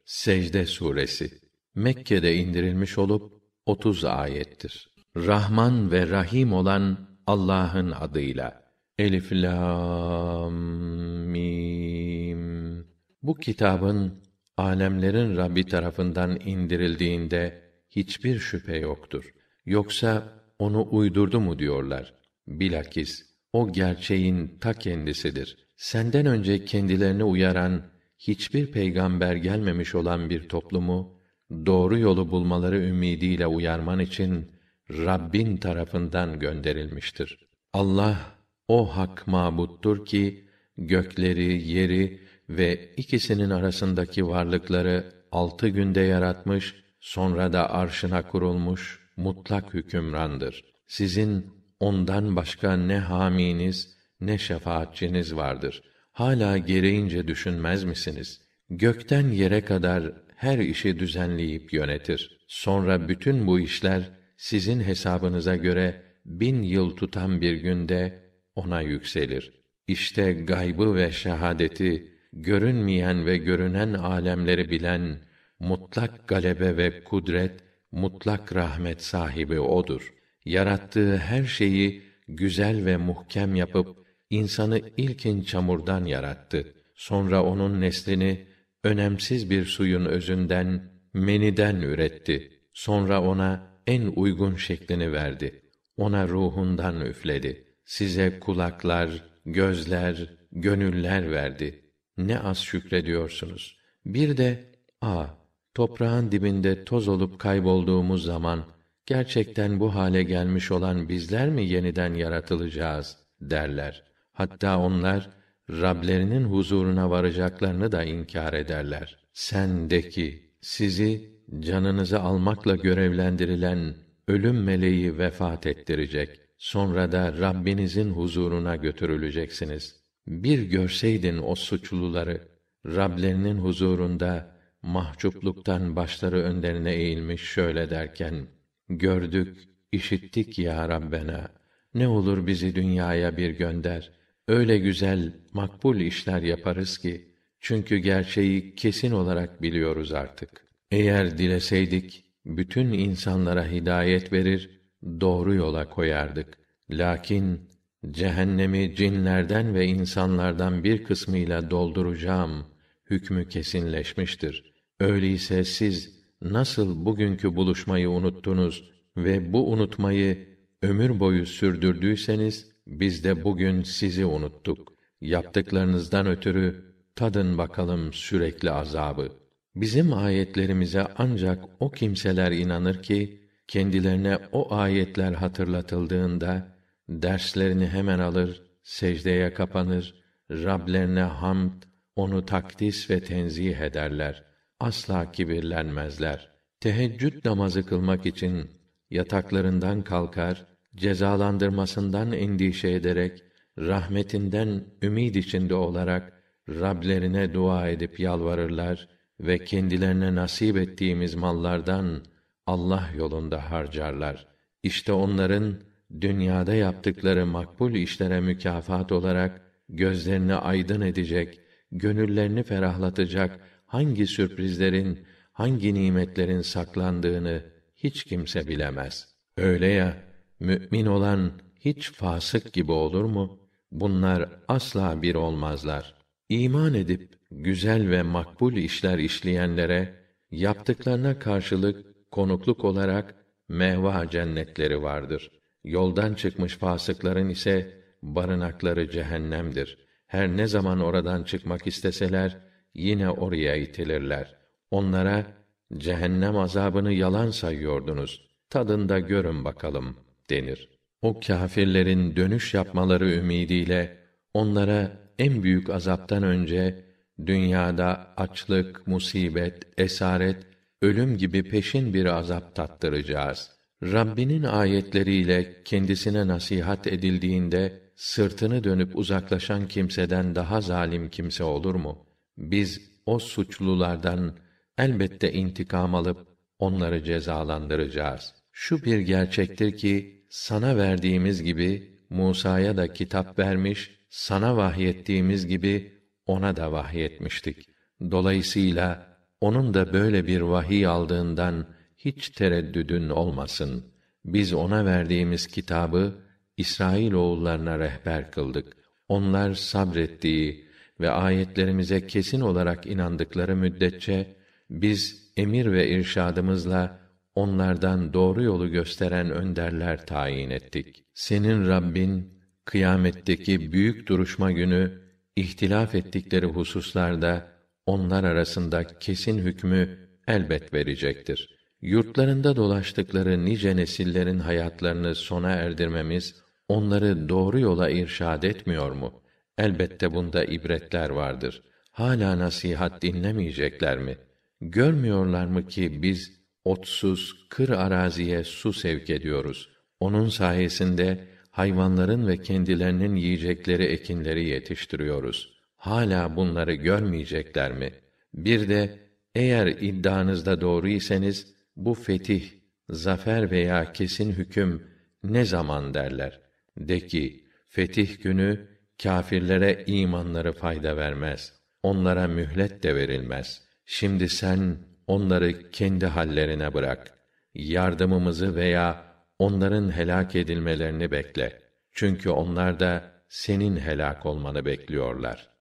Secde suresi Mekke'de indirilmiş olup 30 ayettir. Rahman ve Rahim olan Allah'ın adıyla. Elif lam mim. Bu kitabın âlemlerin Rabbi tarafından indirildiğinde hiçbir şüphe yoktur. Yoksa onu uydurdu mu diyorlar. Bilakis o gerçeğin ta kendisidir. Senden önce kendilerini uyaran hiçbir peygamber gelmemiş olan bir toplumu doğru yolu bulmaları ümidiyle uyarman için Rabbin tarafından gönderilmiştir. Allah o hak mabuttur ki gökleri, yeri ve ikisinin arasındaki varlıkları 6 günde yaratmış, sonra da arşına kurulmuş mutlak hükümrandır. Sizin ondan başka ne haminiz ne şefaatçiniz vardır. Hâlâ gereğince düşünmez misiniz? Gökten yere kadar her işi düzenleyip yönetir. Sonra bütün bu işler sizin hesabınıza göre 1000 yıl tutan bir günde ona yükselir. İşte gaybı ve şehadeti, görünmeyen ve görünen âlemleri bilen, mutlak galebe ve kudret, mutlak rahmet sahibi odur. Yarattığı her şeyi güzel ve muhkem yapıp insanı ilkin çamurdan yarattı. Sonra onun neslini önemsiz bir suyun özünden, meniden üretti. Sonra ona en uygun şeklini verdi. Ona ruhundan üfledi. Size kulaklar, gözler, gönüller verdi. Ne az şükrediyorsunuz. Bir de toprağın dibinde toz olup kaybolduğumuz zaman gerçekten bu hale gelmiş olan bizler mi yeniden yaratılacağız derler. Hatta onlar Rablerinin huzuruna varacaklarını da inkar ederler. Sen de ki sizi canınızı almakla görevlendirilen ölüm meleği vefat ettirecek. Sonra da Rabbinizin huzuruna götürüleceksiniz. Bir görseydin o suçluları Rablerinin huzurunda mahcupluktan başları önlerine eğilmiş şöyle derken: gördük, işittik ya Rabbena. Ne olur bizi dünyaya bir gönder. Öyle güzel, makbul işler yaparız ki, çünkü gerçeği kesin olarak biliyoruz artık. Eğer dileseydik, bütün insanlara hidayet verir, doğru yola koyardık. Lakin, cehennemi cinlerden ve insanlardan bir kısmıyla dolduracağım hükmü kesinleşmiştir. Öyleyse siz nasıl bugünkü buluşmayı unuttunuz ve bu unutmayı ömür boyu sürdürdüyseniz, biz de bugün sizi unuttuk. Yaptıklarınızdan ötürü tadın bakalım sürekli azabı. Bizim ayetlerimize ancak o kimseler inanır ki, kendilerine o ayetler hatırlatıldığında, derslerini hemen alır, secdeye kapanır, Rablerine hamd, onu takdis ve tenzih ederler. Asla kibirlenmezler. Teheccüd namazı kılmak için yataklarından kalkar, cezalandırmasından endişe ederek, rahmetinden ümid içinde olarak Rablerine dua edip yalvarırlar ve kendilerine nasip ettiğimiz mallardan Allah yolunda harcarlar. İşte onların dünyada yaptıkları makbul işlere mükafat olarak gözlerini aydın edecek, gönüllerini ferahlatacak hangi sürprizlerin, hangi nimetlerin saklandığını hiç kimse bilemez. Öyle ya, mü'min olan hiç fasık gibi olur mu? Bunlar asla bir olmazlar. İman edip güzel ve makbul işler işleyenlere yaptıklarına karşılık konukluk olarak mehva cennetleri vardır. Yoldan çıkmış fasıkların ise barınakları cehennemdir. Her ne zaman oradan çıkmak isteseler yine oraya itilirler. Onlara cehennem azabını yalan sayıyordunuz. Tadında görün bakalım denir. O kâfirlerin dönüş yapmaları ümidiyle onlara en büyük azaptan önce dünyada açlık, musibet, esaret, ölüm gibi peşin bir azap tattıracağız. Rabbinin ayetleriyle kendisine nasihat edildiğinde sırtını dönüp uzaklaşan kimseden daha zalim kimse olur mu? Biz o suçlulardan elbette intikam alıp onları cezalandıracağız. Şu bir gerçektir ki sana verdiğimiz gibi Musa'ya da kitap vermiş, sana vahyettiğimiz gibi ona da vahyetmiştik. Dolayısıyla onun da böyle bir vahiy aldığından hiç tereddüdün olmasın. Biz ona verdiğimiz kitabı İsrail oğullarına rehber kıldık. Onlar sabrettiği ve ayetlerimize kesin olarak inandıkları müddetçe biz emir ve irşadımızla onlardan doğru yolu gösteren önderler tayin ettik. Senin Rabbin kıyametteki büyük duruşma günü ihtilaf ettikleri hususlarda onlar arasında kesin hükmü elbet verecektir. Yurtlarında dolaştıkları nice nesillerin hayatlarını sona erdirmemiz onları doğru yola irşad etmiyor mu? Elbette bunda ibretler vardır. Hala nasihat dinlemeyecekler mi? Görmüyorlar mı ki biz otsuz, kır araziye su sevk ediyoruz. Onun sayesinde hayvanların ve kendilerinin yiyecekleri ekinleri yetiştiriyoruz. Hala bunları görmeyecekler mi? Bir de eğer iddianızda doğru iseniz bu fetih, zafer veya kesin hüküm ne zaman derler? De ki, fetih günü kâfirlere imanları fayda vermez. Onlara mühlet de verilmez. Şimdi sen onları kendi hallerine bırak. Yardımımızı veya onların helak edilmelerini bekle. Çünkü onlar da senin helak olmanı bekliyorlar.